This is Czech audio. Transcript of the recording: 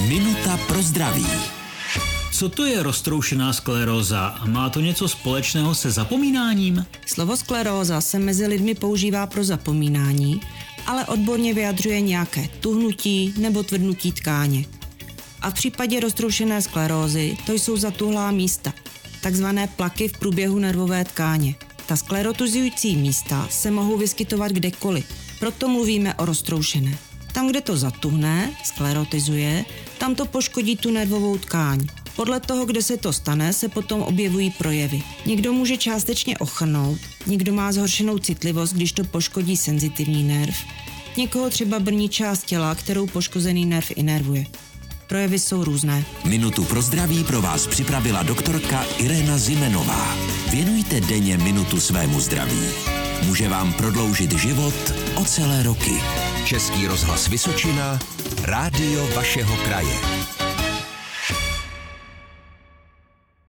Minuta pro zdraví. Co to je roztroušená skleróza? Má to něco společného se zapomínáním? Slovo skleróza se mezi lidmi používá pro zapomínání, ale odborně vyjadřuje nějaké tuhnutí nebo tvrdnutí tkáně. A v případě roztroušené sklerózy to jsou zatuhlá místa, takzvané plaky v průběhu nervové tkáně. Ta sklerotizující místa se mohou vyskytovat kdekoliv, proto mluvíme o roztroušené. Tam, kde to zatuhne, sklerotizuje, tam to poškodí tu nervovou tkáň. Podle toho, kde se to stane, se potom objevují projevy. Někdo může částečně ochrnout, někdo má zhoršenou citlivost, když to poškodí senzitivní nerv, někoho třeba brní část těla, kterou poškozený nerv inervuje. Projevy jsou různé. Minutu pro zdraví pro vás připravila doktorka Irena Zimenová. Věnujte denně minutu svému zdraví. Může vám prodloužit život o celé roky. Český rozhlas Vysočina, rádio vašeho kraje.